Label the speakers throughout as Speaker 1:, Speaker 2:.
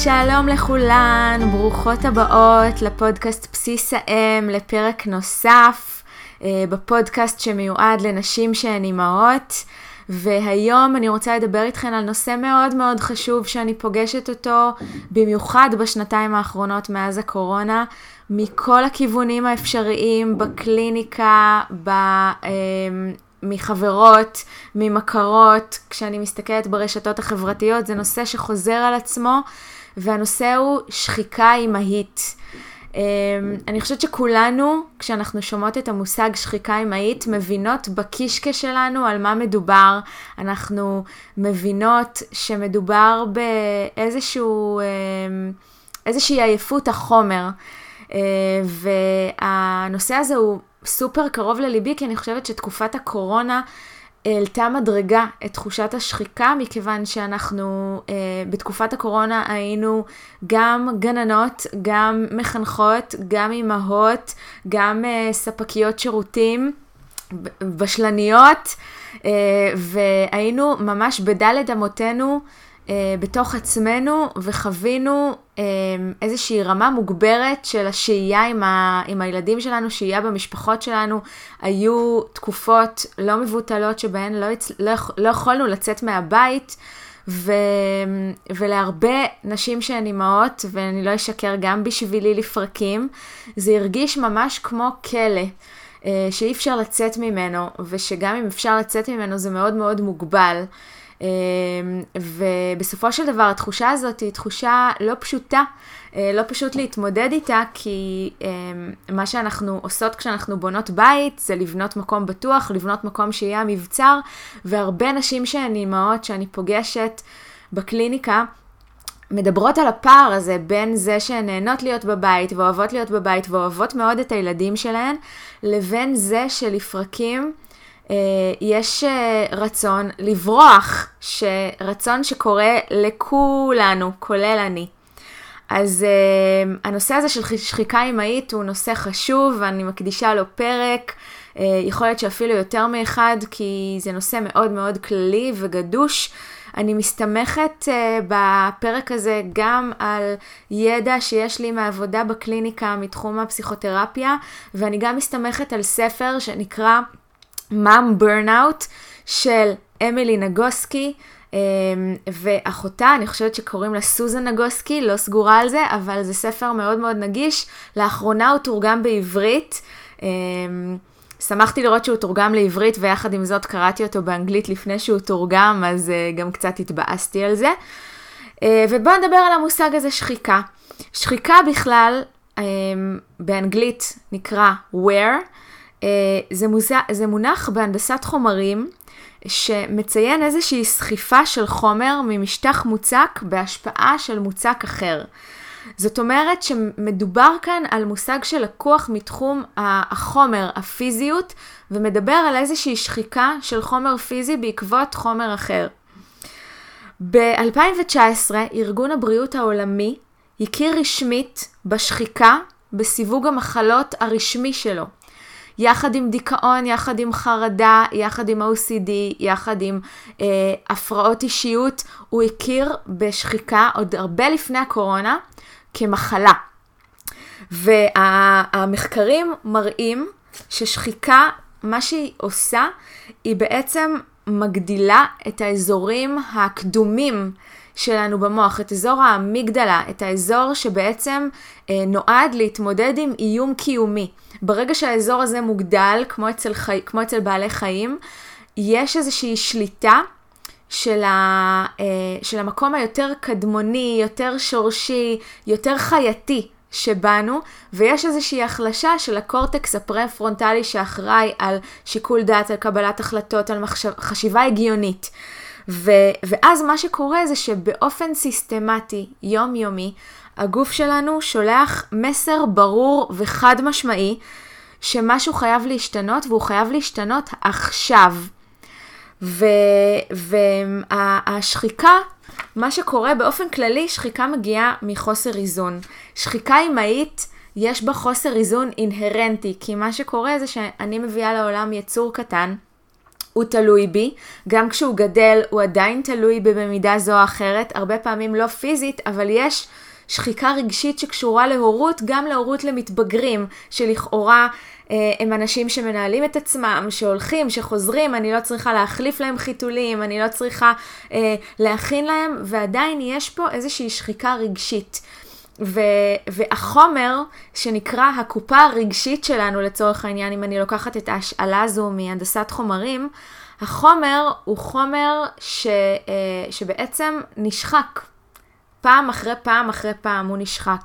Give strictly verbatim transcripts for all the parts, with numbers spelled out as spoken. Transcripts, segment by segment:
Speaker 1: שלום לכולן, ברוכות הבאות לפודקאסט בסיס האם, לפרק נוסף בפודקאסט שמיועד לנשים שהן אימהות. והיום אני רוצה לדבר איתכן על נושא מאוד מאוד חשוב שאני פוגשת אותו במיוחד בשנתיים האחרונות מאז הקורונה, מכל הכיוונים האפשריים, בקליניקה, ב... מחברות, ממכרות, כשאני מסתכלת ברשתות החברתיות, זה נושא שחוזר על עצמו, והנושא הוא שחיקה אימהית. אני חושבת שכולנו, כשאנחנו שומעות את המושג שחיקה אימהית, מבינות בקישקע שלנו על מה מדובר. אנחנו מבינות שמדובר באיזשהו, איזושהי עייפות החומר, והנושא הזה הוא סופר קרוב לליבי, כי אני חושבת שתקופת הקורונה העלתה מדרגה את תחושת השחיקה, מכיוון שאנחנו אה, בתקופת הקורונה היינו גם גננות, גם מחנכות, גם אימהות, גם אה, ספקיות שירותים, בשלניות, אה, והיינו ממש בדלת אמותינו אה, בתוך עצמנו, וחווינו אה, איזושהי רמה מוגברת של השהייה עם, ה, עם הילדים שלנו, שהייה במשפחות שלנו. היו תקופות לא מבוטלות שבהן לא, לא, לא יכולנו לצאת מהבית, ו, ולהרבה נשים שהן אימהות, ואני לא אשקר, גם בשבילי לפרקים, זה הרגיש ממש כמו כלא, אה, שאי אפשר לצאת ממנו, ושגם אם אפשר לצאת ממנו זה מאוד מאוד מוגבל. ובסופו של דבר התחושה הזאת היא תחושה לא פשוטה, לא פשוט להתמודד איתה, כי מה שאנחנו עושות כשאנחנו בונות בית זה לבנות מקום בטוח, לבנות מקום שיהיה מבצר, והרבה נשים שהן אימהות שאני פוגשת בקליניקה מדברות על הפער הזה בין זה שהן נהנות להיות בבית ואוהבות להיות בבית ואוהבות מאוד את הילדים שלהן, לבין זה שלפרקים יש רצון לברוח, רצון שקורה לכולנו, כולל אני. אז הנושא הזה של שחיקה אימהית הוא נושא חשוב, ואני מקדישה לו פרק, יכול להיות שאפילו יותר מאחד, כי זה נושא מאוד מאוד כללי וגדוש. אני מסתמכת בפרק הזה גם על ידע שיש לי מהעבודה בקליניקה מתחום הפסיכותרפיה, ואני גם מסתמכת על ספר שנקרא Mom Burnout של אמילי נגוסקי, ואחותה, אני חושבת שקוראים לה סוזן נגוסקי, לא סגורה על זה, אבל זה ספר מאוד מאוד נגיש. לאחרונה הוא תורגם בעברית, שמחתי לראות שהוא תורגם לעברית, ויחד עם זאת קראתי אותו באנגלית לפני שהוא תורגם, אז גם קצת התבאסתי על זה. ובואו נדבר על המושג הזה, שחיקה. שחיקה בכלל, באנגלית נקרא wear, זה, מוז... זה מונח בהנדסת חומרים שמציין איזושהי סחיפה של חומר ממשטח מוצק בהשפעה של מוצק אחר. זאת אומרת שמדובר כאן על מושג שלקוח מתחום החומר, הפיזיות, ומדבר על איזושהי שחיקה של חומר פיזי בעקבות חומר אחר. ב-אלפיים תשע עשרה ארגון הבריאות העולמי הכיר רשמית בשחיקה בסיווג המחלות הרשמי שלו. יחד עם דיכאון, יחד עם חרדה, יחד עם או סי די, יחד עם אה, הפרעות אישיות, הוא הכיר בשחיקה עוד הרבה לפני הקורונה כמחלה. והמחקרים מראים ששחיקה, מה שהיא עושה, היא בעצם מגדילה את האזורים הקדומים שלנו במוח, את אזור האמיגדלה, את האזור שבעצם אה, נועד להתמודד עם איום קיומי. ברגע שהאזור הזה מוגדל, כמו אצל, חי... כמו אצל בעלי חיים, יש איזושהי שליטה של, ה... אה, של המקום היותר קדמוני, יותר שורשי, יותר חייתי שבנו, ויש איזושהי החלשה של הקורטקס הפרה-פרונטלי שאחראי על שיקול דעת, על קבלת החלטות, על מחשב... חשיבה הגיונית. ו... ואז מה שקורה זה שבאופן סיסטמטי, יומיומי, הגוף שלנו שולח מסר ברור וחד משמעי שמשהו חייב להשתנות, והוא חייב להשתנות עכשיו. והשחיקה, מה שקורה באופן כללי, שחיקה מגיעה מחוסר איזון. שחיקה אימהית יש בה חוסר איזון אינהרנטי, כי מה שקורה זה שאני מביאה לעולם יצור קטן, הוא תלוי בי, גם כשהוא גדל הוא עדיין תלוי בי במידה זו או אחרת, הרבה פעמים לא פיזית, אבל יש שחיקה רגשית שקשורה להורות, גם להורות למתבגרים, שלכאורה אה, הם אנשים שמנהלים את עצמם, שהולכים, שחוזרים, אני לא צריכה להחליף להם חיתולים, אני לא צריכה אה, להכין להם, ועדיין יש פה איזושהי שחיקה רגשית. ו- והחומר שנקרא הקופה הרגשית שלנו לצורך העניין, אם אני לוקחת את ההשאלה הזו מהנדסת חומרים, החומר הוא חומר ש- אה, שבעצם נשחק. פעם אחרי פעם אחרי פעם הוא נשחק.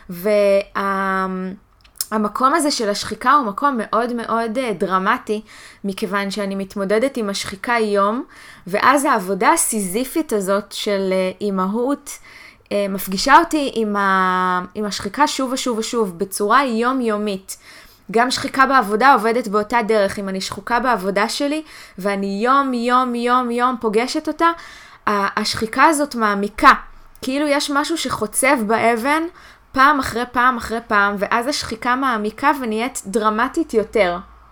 Speaker 1: והמקום הזה של השחיקה הוא מקום מאוד מאוד דרמטי, מכיוון שאני מתמודדת עם השחיקה יום, ואז העבודה הסיזיפית הזאת של אימהות מפגישה אותי עם, ה... עם השחיקה שוב ושוב ושוב, בצורה יומיומית. גם שחיקה בעבודה עובדת באותה דרך, אם אני שחוקה בעבודה שלי, ואני יום יום יום יום פוגשת אותה, השחיקה הזאת מעמיקה. כאילו יש משהו שחוצב באבן פעם אחרי פעם אחרי פעם, ואז השחיקה מעמיקה ונהיית דרמטית יותר.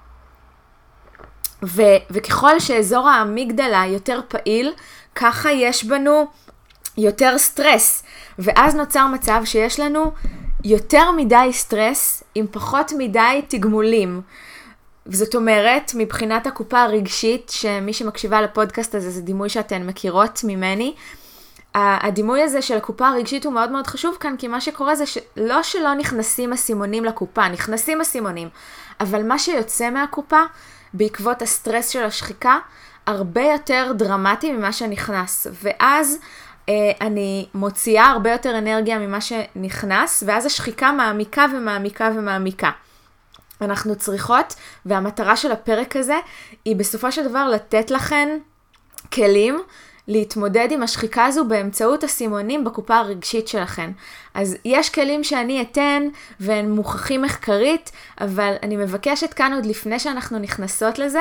Speaker 1: ו- וככל שאזור האמיגדלה יותר פעיל, ככה יש בנו יותר סטרס. ואז נוצר מצב שיש לנו יותר מדי סטרס עם פחות מדי תגמולים. וזאת אומרת, מבחינת הקופה הרגשית, שמי שמקשיבה לפודקאסט הזה זה דימוי שאתן מכירות ממני, הדימוי הזה של הקופה הרגשית הוא מאוד מאוד חשוב כאן, כי מה שקורה זה שלא שלא נכנסים הסימונים לקופה, נכנסים הסימונים, אבל מה שיוצא מהקופה, בעקבות הסטרס של השחיקה, הרבה יותר דרמטי ממה שנכנס, ואז אה, אני מוציאה הרבה יותר אנרגיה ממה שנכנס, ואז השחיקה מעמיקה ומעמיקה ומעמיקה. אנחנו צריכות, והמטרה של הפרק הזה, היא בסופו של דבר לתת לכן כלים, להתמודד עם השחיקה הזו באמצעות הסימונים בקופה הרגשית שלכן. אז יש כלים שאני אתן והם מוכחים מחקרית, אבל אני מבקשת כאן עוד לפני שאנחנו נכנסות לזה,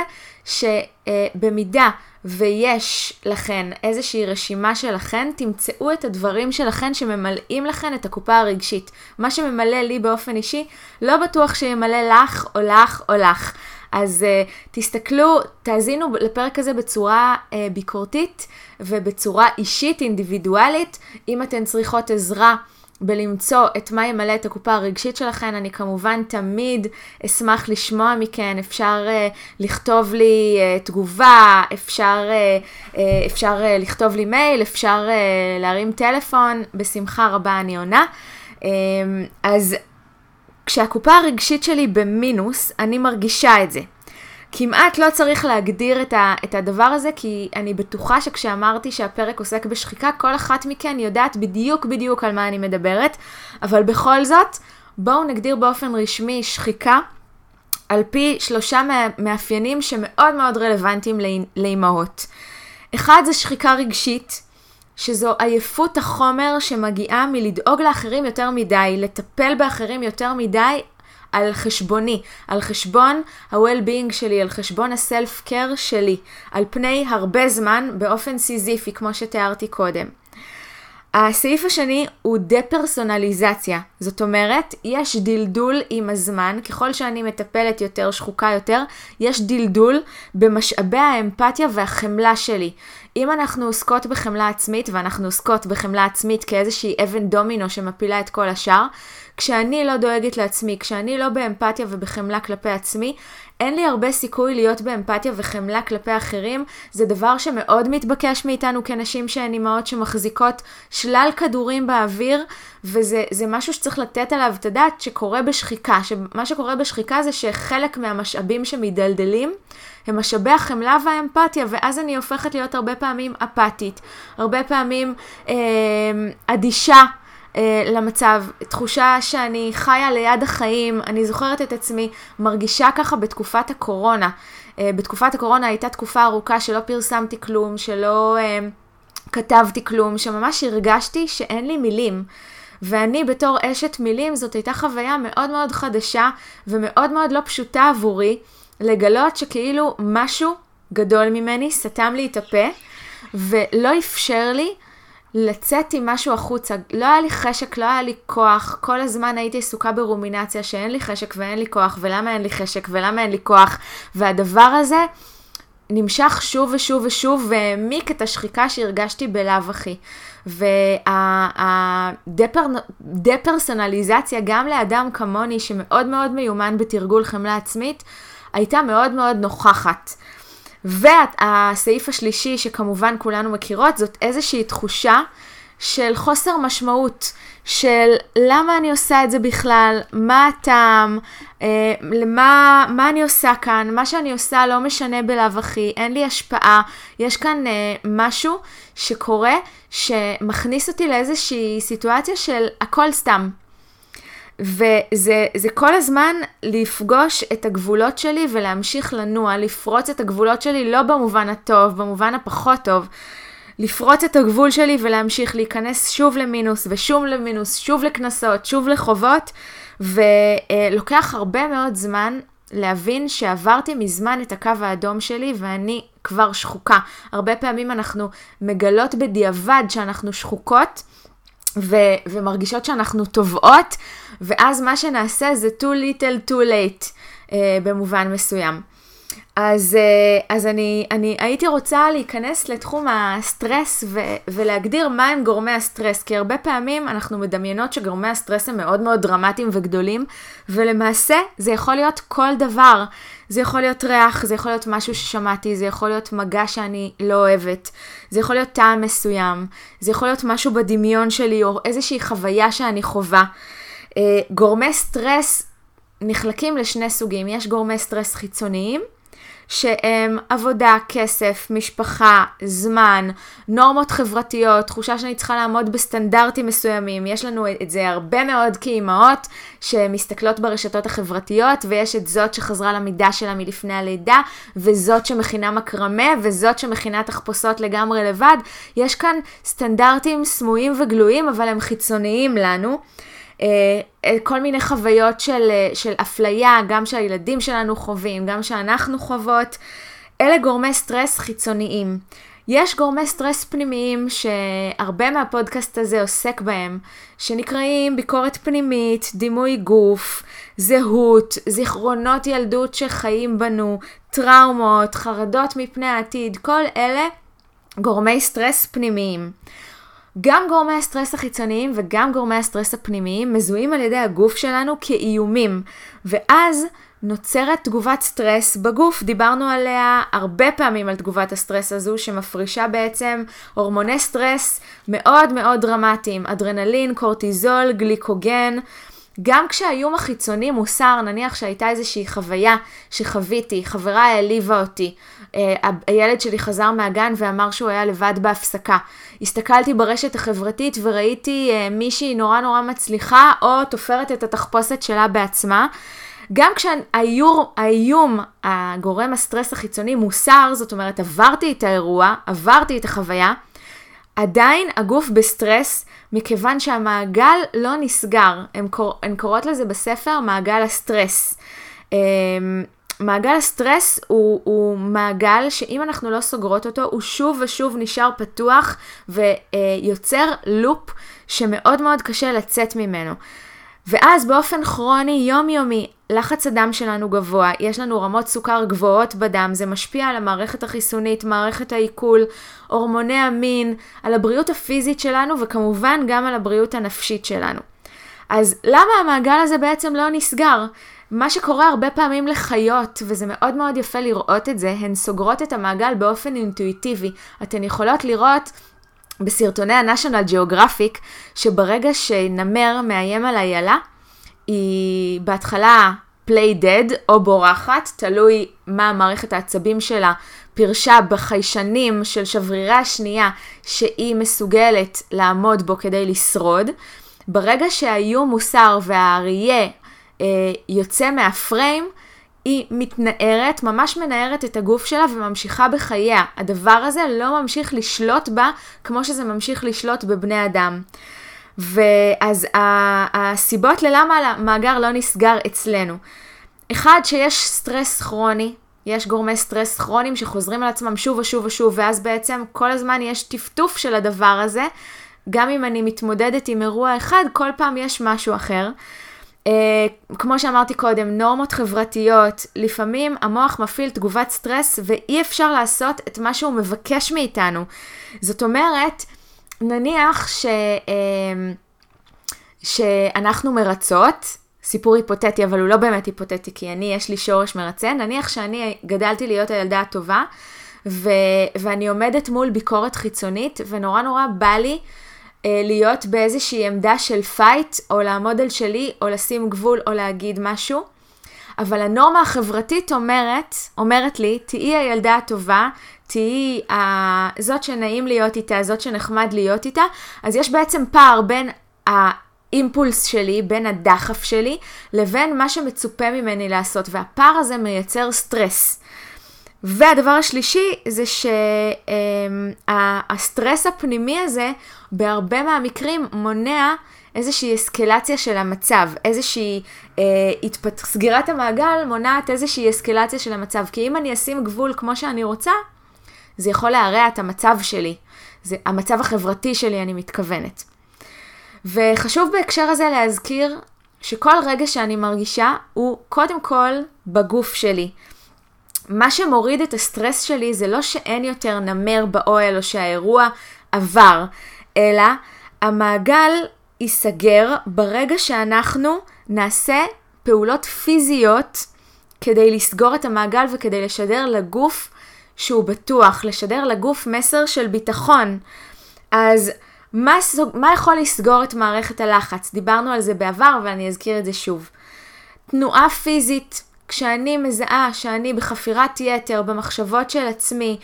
Speaker 1: שבמידה ויש לכן איזושהי רשימה שלכן, תמצאו את הדברים שלכן שממלאים לכן את הקופה הרגשית. מה שממלא לי באופן אישי, לא בטוח שימלא לך או לך או לך. אז uh, תסתכלו, תאזינו לפרק הזה בצורה uh, ביקורתית ובצורה אישית, אינדיבידואלית. אם אתן צריכות עזרה בלמצוא את מה ימלא את הקופה הרגשית שלכן, אני כמובן תמיד אשמח לשמוע מכן. אפשר uh, לכתוב לי uh, תגובה, אפשר, uh, uh, אפשר uh, לכתוב לי מייל, אפשר uh, להרים טלפון, בשמחה רבה אני עונה. Uh, אז כשהקופה הרגשית שלי במינוס, אני מרגישה את זה. כמעט לא צריך להגדיר את, ה, את הדבר הזה, כי אני בטוחה שכשאמרתי שהפרק עוסק בשחיקה, כל אחת מכן יודעת בדיוק בדיוק על מה אני מדברת, אבל בכל זאת, בואו נגדיר באופן רשמי שחיקה, על פי שלושה מאפיינים שמאוד מאוד רלוונטיים לאימהות. אחד זה שחיקה רגשית, שזו עייפות החומר שמגיעה מלדאוג לאחרים יותר מדי, לטפל באחרים יותר מדי על חשבוני, על חשבון ה-well-being שלי, על חשבון ה-self-care שלי, על פני הרבה זמן באופן סיזיפי, כמו שתיארתי קודם. הסעיף השני הוא דפרסונליזציה, זאת אומרת, יש דלדול עם הזמן, ככל שאני מטפלת יותר, שחוקה יותר, יש דלדול במשאבי האמפתיה והחמלה שלי. אם אנחנו עוסקות בחמלה עצמית, ואנחנו עוסקות בחמלה עצמית כאיזושהי אבן דומינו שמפילה את כל השאר, כשאני לא דואגת לעצמי, כשאני לא באמפתיה ובחמלה כלפי עצמי, אין לי הרבה סיכוי להיות באמפתיה וחמלה כלפי אחרים. זה דבר שמאוד מתבקש מאיתנו כנשים שהן אימהות שמחזיקות שלל כדורים באוויר, וזה זה משהו שצריך לתת עליו את הדעת שקורה בשחיקה. שמה שקורה בשחיקה זה שחלק מהמשאבים שמדלדלים הם משאבי החמלה והאמפתיה, ואז אני הופכת להיות הרבה פעמים אפתית, הרבה פעמים אה, אדישה, למצב, תחושה שאני חיה ליד החיים. אני זוכרת את עצמי מרגישה ככה בתקופת הקורונה. בתקופת הקורונה הייתה תקופה ארוכה שלא פרסמתי כלום, שלא כתבתי כלום, שממש הרגשתי שאין לי מילים. ואני בתור אשת מילים, זאת הייתה חוויה מאוד מאוד חדשה ומאוד מאוד לא פשוטה עבורי, לגלות שכאילו משהו גדול ממני סתם לי את הפה, ולא אפשר לי לצאת עם משהו החוצה. לא היה לי חשק, לא היה לי כוח, כל הזמן הייתי עסוקה ברומינציה שאין לי חשק ואין לי כוח, ולמה אין לי חשק ולמה אין לי כוח, והדבר הזה נמשך שוב ושוב ושוב, והעמיק את השחיקה שהרגשתי בלאו הכי. והדפרסונליזציה גם לאדם כמוני, שמאוד מאוד מיומן בתרגול חמלה עצמית, הייתה מאוד מאוד נוכחת. והסעיף השלישי, שכמובן כולנו מכירות, זאת איזושהי תחושה של חוסר משמעות, של למה אני עושה את זה בכלל, מה הטעם, אה, למה, מה אני עושה כאן, מה שאני עושה לא משנה בלאו הכי, אין לי השפעה, יש כאן אה, משהו שקורה, שמכניס אותי לאיזושהי סיטואציה של הכל סתם. וזה זה כל הזמן לפגוש את הגבולות שלי ולהמשיך לנוע, לפרוץ את הגבולות שלי לא במובן הטוב, במובן הפחות טוב, לפרוץ את הגבול שלי ולהמשיך להיכנס שוב למינוס ושוב למינוס, שוב לכנסות, שוב לחובות, ולוקח הרבה מאוד זמן להבין שעברתי מזמן את הקו האדום שלי ואני כבר שחוקה. הרבה פעמים אנחנו מגלות בדיעבד שאנחנו שחוקות ו- ומרגישות שאנחנו טובעות, ואז מה שנעשה זה too little too late uh, במובן מסוים. אז, אז אני, אני הייתי רוצה להיכנס לתחום הסטרס ו, ולהגדיר מה הם גורמי הסטרס, כי הרבה פעמים אנחנו מדמיינות שגורמי הסטרס הם מאוד מאוד דרמטיים וגדולים, ולמעשה זה יכול להיות כל דבר. זה יכול להיות ריח, זה יכול להיות משהו ששמעתי, זה יכול להיות מגע שאני לא אוהבת, זה יכול להיות טעם מסוים, זה יכול להיות משהו בדמיון שלי או איזושהי חוויה שאני חווה. גורמי סטרס נחלקים לשני סוגים. יש גורמי סטרס חיצוניים, שהם עבודה, כסף, משפחה, זמן, נורמות חברתיות, תחושה שאני צריכה לעמוד בסטנדרטים מסוימים. יש לנו את זה הרבה מאוד כאימהות שמסתכלות ברשתות החברתיות, ויש את זאת שחזרה למידה שלה מלפני הלידה, וזאת שמכינה מקרמה, וזאת שמכינה תחפושות לגמרי לבד. יש כאן סטנדרטים סמויים וגלויים, אבל הם חיצוניים לנו. כל מיני חוויות של, של אפליה, גם שהילדים שלנו חווים, גם שאנחנו חוות. אלה גורמי סטרס חיצוניים. יש גורמי סטרס פנימיים שהרבה מהפודקאסט הזה עוסק בהם, שנקראים ביקורת פנימית, דימוי גוף, זהות, זיכרונות ילדות שחיים בנו, טראומות, חרדות מפני העתיד, כל אלה גורמי סטרס פנימיים. גם גורמי הסטרס החיצוניים וגם גורמי הסטרס הפנימיים מזוהים על ידי הגוף שלנו כאיומים, ואז נוצרת תגובת סטרס בגוף. דיברנו עליה הרבה פעמים, על תגובת הסטרס הזו, שמפרישה בעצם הורמוני סטרס מאוד מאוד דרמטיים, אדרנלין, קורטיזול, גליקוגן. גם כשהאיום החיצוני מוסר, נניח שהייתה איזושהי חוויה שחוויתי, חברה העליבה אותי, הילד שלי חזר מהגן ואמר שהוא היה לבד בהפסקה. הסתכלתי ברשת החברתית וראיתי מישהי נורא נורא מצליחה, או תופרת את התחפושת שלה בעצמה. גם כשהאיום, הגורם הסטרס החיצוני מוסר, זאת אומרת עברתי את האירוע, עברתי את החוויה, עדיין הגוף בסטרס, מכיוון שהמעגל לא נסגר. הן קוראות לזה בספר מעגל הסטרס. מעגל הסטרס הוא, הוא מעגל שאם אנחנו לא סוגרות אותו, הוא שוב ושוב נשאר פתוח ויוצר לופ שמאוד מאוד קשה לצאת ממנו. ואז באופן כרוני, יומיומי, לחץ הדם שלנו גבוה, יש לנו רמות סוכר גבוהות בדם, זה משפיע על המערכת החיסונית, מערכת העיכול, הורמוני המין, על הבריאות הפיזית שלנו וכמובן גם על הבריאות הנפשית שלנו. אז למה המעגל הזה בעצם לא נסגר? מה שקורה הרבה פעמים לחיות, וזה מאוד מאוד יפה לראות את זה, הן סוגרות את המעגל באופן אינטואיטיבי. אתן יכולות לראות בסרטוני ה-National Geographic, שברגע שנמר מאיים על איילה, היא בהתחלה play dead או בורחת, תלוי מה מערכת העצבים שלה פירשה בחיישנים של שברירי השנייה שהיא מסוגלת לעמוד בו כדי לשרוד. ברגע שהאיום מוסר והאריה אה, יוצא מהפריים, היא מתנערת, ממש מנערת את הגוף שלה וממשיכה בחייה. הדבר הזה לא ממשיך לשלוט בה כמו שזה ממשיך לשלוט בבני אדם. ואז הסיבות ללמה המאגר לא נסגר אצלנו. אחד, שיש סטרס כרוני, יש גורמי סטרס כרוניים שחוזרים על עצמם שוב ושוב ושוב, ואז בעצם כל הזמן יש טפטוף של הדבר הזה. גם אם אני מתמודדת עם אירוע אחד, כל פעם יש משהו אחר. כמו שאמרתי קודם, נורמות חברתיות, לפעמים המוח מפעיל תגובת סטרס ואי אפשר לעשות את מה שהוא מבקש מאיתנו. זאת אומרת, נניח ש, שאנחנו מרצות, סיפור היפותטי, אבל הוא לא באמת היפותטי, כי אני, יש לי שורש מרצה, נניח שאני גדלתי להיות הילדה הטובה, ו, ואני עומדת מול ביקורת חיצונית, ונורא נורא בא לי להיות באיזושהי עמדה של פייט, או לעמוד על שלי, או לשים גבול, או להגיד משהו. אבל הנורמה החברתית אומרת, אומרת לי, תהי הילדה הטובה, תהי ה... זאת שנעים להיות איתה, זאת שנחמד להיות איתה. אז יש בעצם פער בין האימפולס שלי, בין הדחף שלי, לבין מה שמצופה ממני לעשות. והפער הזה מייצר סטרס. והדבר השלישי זה שהסטרס הפנימי הזה בהרבה מהמקרים מונע איזושהי אסקלציה של המצב, איזושהי אה, התפת... סגירת המעגל מונעת איזושהי אסקלציה של המצב, כי אם אני אשים גבול כמו שאני רוצה, זה יכול להרע את המצב שלי, זה המצב החברתי שלי אני מתכוונת. וחשוב בהקשר הזה להזכיר שכל רגע שאני מרגישה הוא קודם כל בגוף שלי. מה שמוריד את הסטרס שלי זה לא שאין יותר נמר באוהל או שהאירוע עבר, אלא המעגל ייסגר ברגע שאנחנו נעשה פעולות פיזיות כדי לסגור את המעגל וכדי לשדר לגוף שהוא בטוח, לשדר לגוף מסר של ביטחון. אז מה, מה יכול לסגור את מערכת הלחץ? דיברנו על זה בעבר ואני אזכיר את זה שוב. תנועה פיזית, כשאני מזהה שאני בחפירת יתר, במחשבות של עצמי,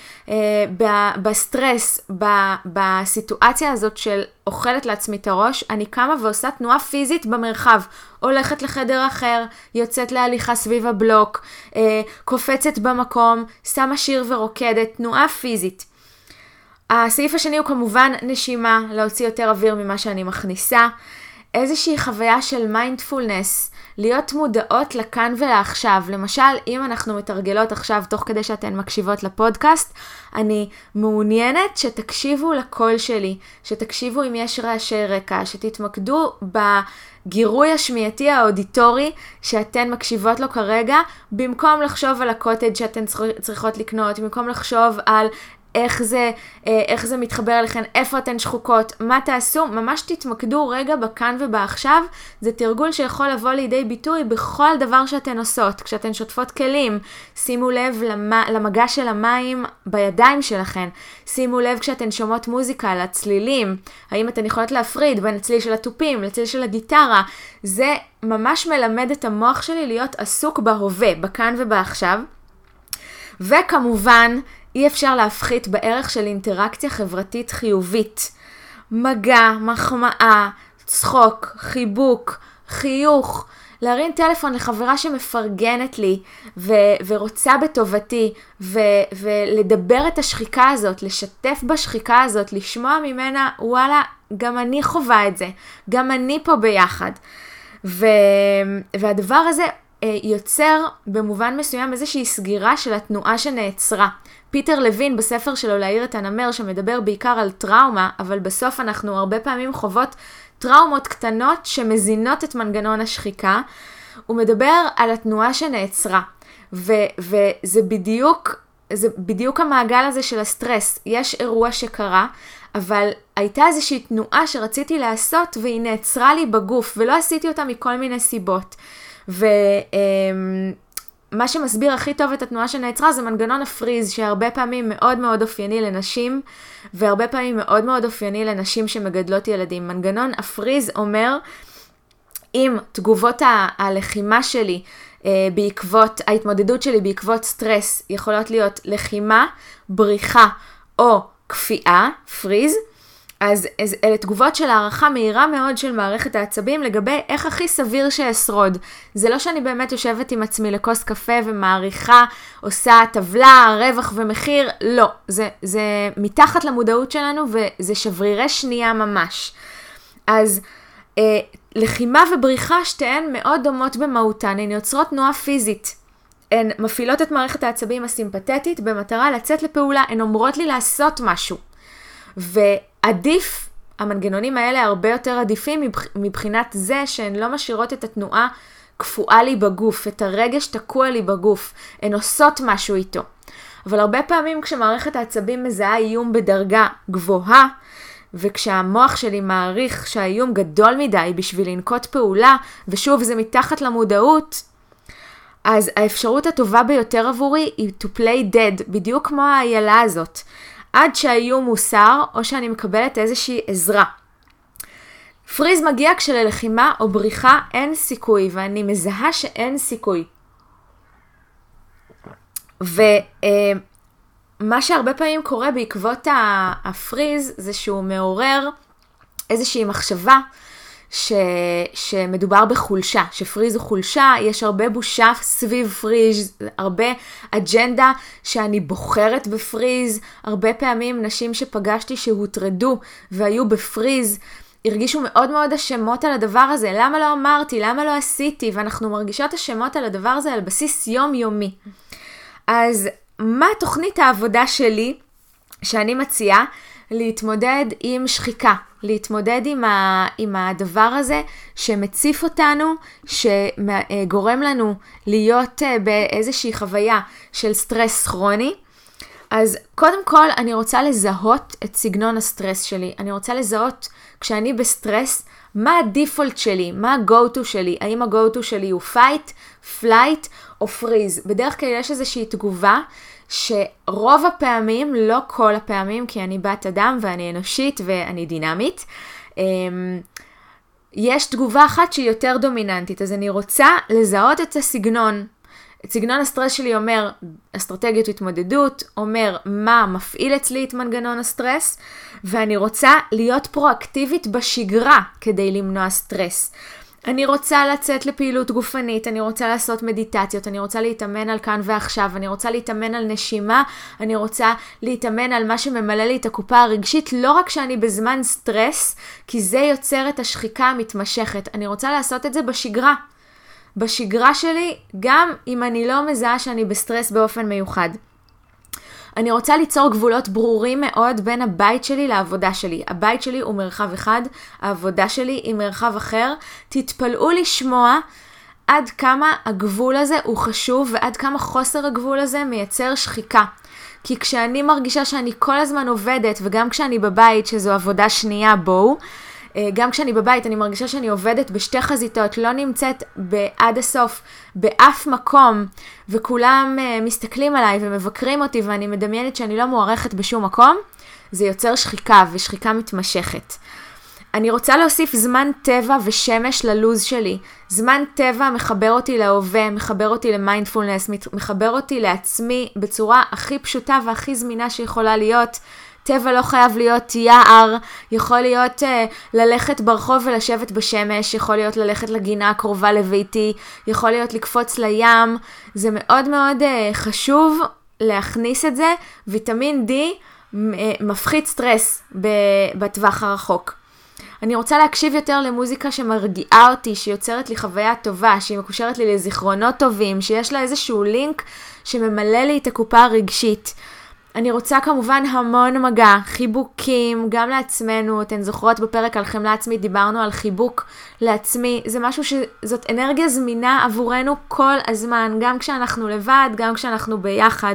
Speaker 1: בסטרס, בסיטואציה הזאת של אוכלת לעצמי את הראש, אני קמה ועושה תנועה פיזית במרחב, הולכת לחדר אחר, יוצאת להליכה סביב הבלוק, קופצת במקום, שמה שיר ורוקדת, תנועה פיזית. הסעיף השני הוא כמובן נשימה, להוציא יותר אוויר ממה שאני מכניסה, איזושהי חוויה של מיינדפולנס, להיות מודעות לכאן ולעכשיו. למשל, אם אנחנו מתרגלות עכשיו, תוך כדי שאתן מקשיבות לפודקאסט, אני מעוניינת שתקשיבו לקול שלי, שתקשיבו אם יש רעשי רקע, שתתמקדו בגירוי השמיעתי האודיטורי שאתן מקשיבות לו כרגע, במקום לחשוב על הקוטג' שאתן צריכות לקנות, במקום לחשוב על איך זה, איך זה מתחבר אליכן, איפה אתן שחוקות, מה תעשו, ממש תתמקדו רגע בכאן ובעכשיו. זה תרגול שיכול לבוא לידי ביטוי בכל דבר שאתן עושות. כשאתן שוטפות כלים, שימו לב למגע של המים בידיים שלכן, שימו לב כשאתן שומעות מוזיקה, לצלילים, האם אתן יכולות להפריד בין הצליל של הטופים לצליל של הגיטרה. זה ממש מלמד את המוח שלי להיות עסוק בהווה, בכאן ובעכשיו. וכמובן, אי אפשר להפחית בערך של אינטראקציה חברתית חיובית. מגע, מחמאה, צחוק, חיבוק, חיוך, להרים טלפון לחברה שמפרגנת לי ו- ורוצה בטובתי, ו- ולדבר את השחיקה הזאת, לשתף בשחיקה הזאת, לשמוע ממנה, וואלה, גם אני חווה את זה, גם אני פה ביחד. ו- והדבר הזה יוצר במובן מסוים איזושהי סגירה של התנועה שנעצרה. פיטר לוין בספר שלו להעיר את הנמר, שמדבר בעיקר על טראומה, אבל בסוף אנחנו הרבה פעמים חוות טראומות קטנות שמזינות את מנגנון השחיקה. הוא מדבר על התנועה שנעצרה, ו- וזה בדיוק, זה בדיוק המעגל הזה של הסטרס. יש אירוע שקרה, אבל הייתה איזושהי תנועה שרציתי לעשות והיא נעצרה לי בגוף, ולא עשיתי אותה מכל מיני סיבות. ומה שמסביר הכי טוב את התנועה שנעצרה זה מנגנון הפריז, שהרבה פעמים מאוד מאוד אופייני לנשים, והרבה פעמים מאוד מאוד אופייני לנשים שמגדלות ילדים. מנגנון הפריז אומר, אם תגובות ה- הלחימה שלי, בעקבות, ההתמודדות שלי בעקבות סטרס, יכולות להיות לחימה, בריחה או כפייה, פריז, אז אלה תגובות של הערכה מהירה מאוד של מערכת העצבים לגבי איך הכי סביר שאשרוד. זה לא שאני באמת יושבת עם עצמי לכוס קפה ומעריכה, עושה טבלה, רווח ומחיר, לא. זה, זה מתחת למודעות שלנו וזה שברירי שנייה ממש. אז אה, לחימה ובריחה שתיהן מאוד דומות במהותן, הן יוצרות תנועה פיזית. הן מפעילות את מערכת העצבים הסימפתטית במטרה לצאת לפעולה, הן אומרות לי לעשות משהו. ועדיף, המנגנונים האלה הרבה יותר עדיפים מבחינת זה שהן לא משאירות את התנועה קפואה לי בגוף, את הרגש תקוע לי בגוף, הן עושות משהו איתו. אבל הרבה פעמים כשמערכת העצבים מזהה איום בדרגה גבוהה, וכשהמוח שלי מעריך שהאיום גדול מדי בשביל לנקוט פעולה, ושוב זה מתחת למודעות, אז האפשרות הטובה ביותר עבורי היא to play dead, בדיוק כמו האיילה הזאת, עד שהאיום מוסר או שאני מקבלת איזושהי עזרה. פריז מגיע כשללחימה או בריחה אין סיכוי, ואני מזהה שאין סיכוי. ומה שהרבה פעמים קורה בעקבות הפריז, זה שהוא מעורר איזושהי מחשבה, ש... שמדובר בחולשה, שפריז הוא חולשה, יש הרבה בושה סביב פריז, הרבה אג'נדה שאני בוחרת בפריז, הרבה פעמים נשים שפגשתי שהוטרדו והיו בפריז, הרגישו מאוד מאוד אשמות על הדבר הזה, למה לא אמרתי, למה לא עשיתי, ואנחנו מרגישות אשמות על הדבר הזה על בסיס יומיומי. אז מה תוכנית העבודה שלי שאני מציעה? להתמודד עם שחיקה, להתמודד עם, ה, עם הדבר הזה שמציף אותנו, שגורם לנו להיות באיזושהי חוויה של סטרס כרוני. אז קודם כל אני רוצה לזהות את סגנון הסטרס שלי, אני רוצה לזהות כשאני בסטרס, מה הדיפולט שלי, מה ה-go-to שלי, האם ה-go-to שלי הוא fight, flight או freeze. בדרך כלל יש איזושהי תגובה שרוב הפעמים, לא כל הפעמים, כי אני בת אדם ואני אנושית ואני דינמית, יש תגובה אחת שהיא יותר דומיננטית, אז אני רוצה לזהות את הסגנון. סגנון הסטרס שלי אומר אסטרטגיות התמודדות, אומר מה מפעיל אצלי את מנגנון הסטרס, ואני רוצה להיות פרואקטיבית בשגרה כדי למנוע סטרס. אני רוצה לצאת לפעילות גופנית, אני רוצה לעשות מדיטציות, אני רוצה להתאמן על כאן ועכשיו, אני רוצה להתאמן על נשימה, אני רוצה להתאמן על מה שממלא לי את הקופה הרגשית, לא רק שאני בזמן סטרס, כי זה יוצר את השחיקה המתמשכת. אני רוצה לעשות את זה בשגרה. בשגרה שלי, גם אם אני לא מזהה שאני בסטרס באופן מיוחד. אני רוצה ליצור גבולות ברורים מאוד בין הבית שלי לעבודה שלי. הבית שלי הוא מרחב אחד, העבודה שלי היא מרחב אחר. תתפלאו לשמוע עד כמה הגבול הזה הוא חשוב, ועד כמה חוסר הגבול הזה מייצר שחיקה. כי כשאני מרגישה שאני כל הזמן עובדת, וגם כשאני בבית, שזו עבודה שנייה בואו, גם כשאני בבית אני מרגישה שאני עובדת בשתי חזיתות, לא נמצאת עד הסוף באף מקום, וכולם מסתכלים עליי ומבקרים אותי, ואני מדמיינת שאני לא מוערכת בשום מקום, זה יוצר שחיקה ושחיקה מתמשכת. אני רוצה להוסיף זמן טבע ושמש ללוז שלי. זמן טבע מחבר אותי להווה, מחבר אותי למיינדפולנס, מחבר אותי לעצמי בצורה הכי פשוטה והכי זמינה שיכולה להיות. טבע לא חייב להיות יער, יכול להיות uh, ללכת ברחוב ולשבת בשמש, יכול להיות ללכת לגינה הקרובה לביתי, יכול להיות לקפוץ לים. זה מאוד מאוד uh, חשוב להכניס את זה. ויטמין D uh, מפחית סטרס ב- בטווח הרחוק. אני רוצה להקשיב יותר למוזיקה שמרגיעה אותי, שיוצרת לי חוויה טובה, שהיא מקושרת לי לזיכרונות טובים, שיש לה איזשהו לינק שממלא לי את הקופה הרגשית. אני רוצה כמובן המון מגע, חיבוקים, גם לעצמנו. אתן זוכרות בפרק על חמלה עצמית, דיברנו על חיבוק לעצמי. זה משהו שזאת אנרגיה זמינה עבורנו כל הזמן, גם כשאנחנו לבד, גם כשאנחנו ביחד.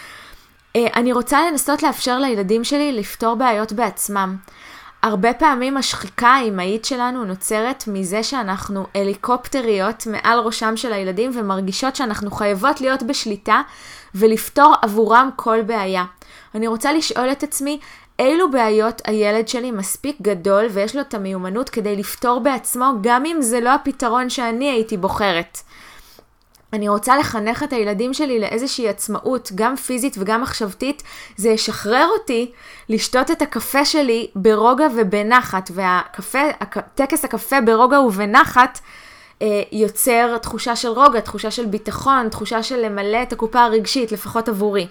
Speaker 1: אני רוצה לנסות לאפשר לילדים שלי לפתור בעיות בעצמם. הרבה פעמים השחיקה האימהית שלנו נוצרת מזה שאנחנו הליקופטריות מעל ראשם של הילדים, ומרגישות שאנחנו חייבות להיות בשליטה ולפתור עבורם כל בעיה. אני רוצה לשאול את עצמי, אילו בעיות הילד שלי מספיק גדול ויש לו את המיומנות כדי לפתור בעצמו, גם אם זה לא הפתרון שאני הייתי בוחרת. אני רוצה לחנך את הילדים שלי לאיזושהי עצמאות, גם פיזית וגם מחשבתית. זה ישחרר אותי לשתות את הקפה שלי ברוגע ובנחת, והקפה, טקס הקפה ברוגע ובנחת אה, יוצר תחושה של רוגע, תחושה של ביטחון, תחושה של למלא את הקופה הרגשית, לפחות עבורי.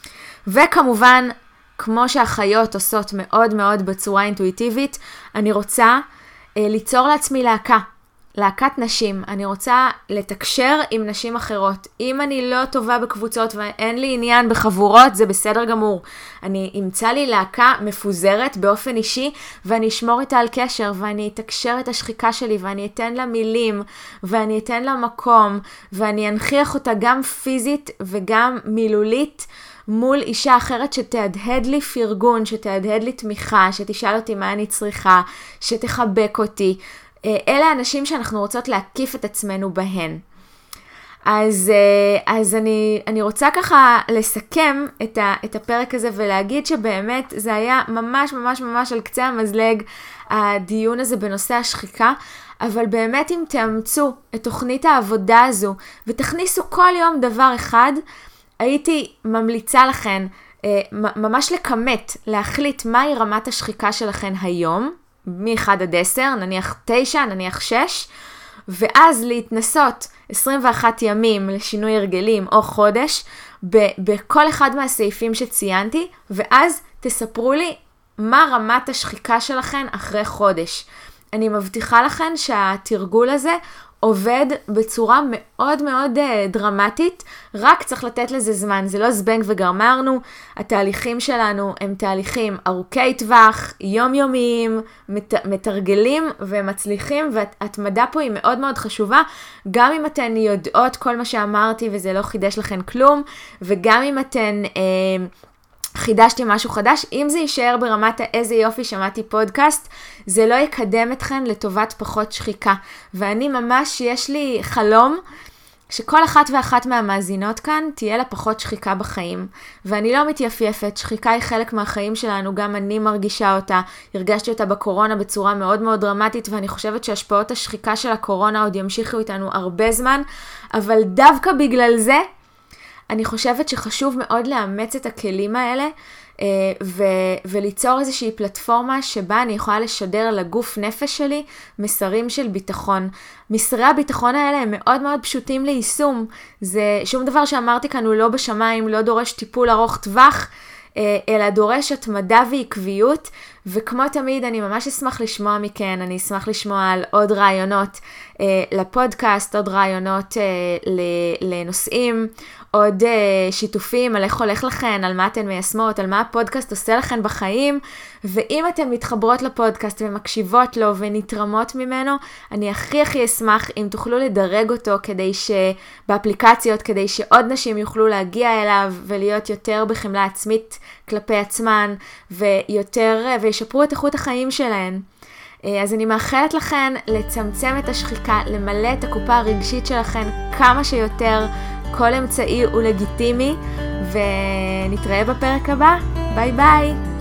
Speaker 1: וכמובן, כמו שהחיות עושות מאוד מאוד בצורה אינטואיטיבית, אני רוצה אה, ליצור לעצמי להקה. להקת נשים, אני רוצה לתקשר עם נשים אחרות. אם אני לא טובה בקבוצות ואין לי עניין בחבורות, זה בסדר גמור. אני אמצא לי להקה מפוזרת באופן אישי, ואני אשמור איתה על קשר, ואני אתקשר את השחיקה שלי, ואני אתן לה מילים, ואני אתן לה מקום, ואני אנכיח אותה גם פיזית וגם מילולית, מול אישה אחרת שתהדהד לי פרגון, שתהדהד לי תמיכה, שתשאל אותי מה אני צריכה, שתחבק אותי. אלה האנשים שאנחנו רוצות להקיף את עצמנו בהן. אז, אז אני, אני רוצה ככה לסכם את, ה, את הפרק הזה ולהגיד שבאמת זה היה ממש ממש ממש על קצה המזלג הדיון הזה בנושא השחיקה, אבל באמת אם תאמצו את תוכנית העבודה הזו ותכניסו כל יום דבר אחד, הייתי ממליצה לכן ממש לקמת, להחליט מהי רמת השחיקה שלכן היום, מ-אחד עד עשר, נניח תשע, נניח שש, ואז להתנסות עשרים ואחד ימים לשינוי הרגלים או חודש, ב- בכל אחד מהסעיפים שציינתי, ואז תספרו לי מה רמת השחיקה שלכן אחרי חודש. אני מבטיחה לכן שהתרגול הזה עובד בצורה מאוד מאוד דרמטית, רק צריך לתת לזה זמן, זה לא זבנג וגרמרנו, התהליכים שלנו הם תהליכים ארוכי טווח, יומיומיים, מת, מתרגלים ומצליחים, והתמדה פה היא מאוד מאוד חשובה, גם אם אתן יודעות כל מה שאמרתי וזה לא חידש לכן כלום, וגם אם אתן אה, חידשתי משהו חדש, אם זה יישאר ברמת איזה יופי שמעתי פודקאסט, זה לא יקדם אתכן לטובת פחות שחיקה. ואני ממש, יש לי חלום שכל אחת ואחת מהמאזינות כאן תהיה לה פחות שחיקה בחיים. ואני לא מתייפייפת, שחיקה היא חלק מהחיים שלנו, גם אני מרגישה אותה, הרגשתי אותה בקורונה בצורה מאוד מאוד דרמטית, ואני חושבת שהשפעות השחיקה של הקורונה עוד ימשיכו איתנו הרבה זמן, אבל דווקא בגלל זה, אני חושבת שחשוב מאוד לאמץ את הכלים האלה, ו- וליצור איזושהי פלטפורמה שבה אני יכולה לשדר לגוף נפש שלי מסרים של ביטחון. מסרי הביטחון האלה הם מאוד מאוד פשוטים ליישום. זה שום דבר שאמרתי כאן הוא לא בשמיים, לא דורש טיפול ארוך טווח, אלא דורש התמדה ועקביות, וכמו תמיד אני ממש אשמח לשמוע מכן, אני אשמח לשמוע על עוד רעיונות אה, לפודקאסט, עוד רעיונות אה, לנושאים, עוד אה, שיתופים על איך הולך לכן, על מה אתן מיישמות, על מה הפודקאסט עושה לכן בחיים, ואם אתן מתחברות לפודקאסט ומקשיבות לו ונתרמות ממנו, אני הכי הכי אשמח אם תוכלו לדרג אותו כדי שבאפליקציות, כדי שעוד נשים יוכלו להגיע אליו ולהיות יותר בחמלה עצמית כלפי עצמן, ויותר, וישפרו את איכות החיים שלהן. אז אני מאחלת לכן לצמצם את השחיקה, למלא את הקופה הרגשית שלכן כמה שיותר, כל אמצעי הוא לגיטימי, ונתראה בפרק הבא. ביי ביי.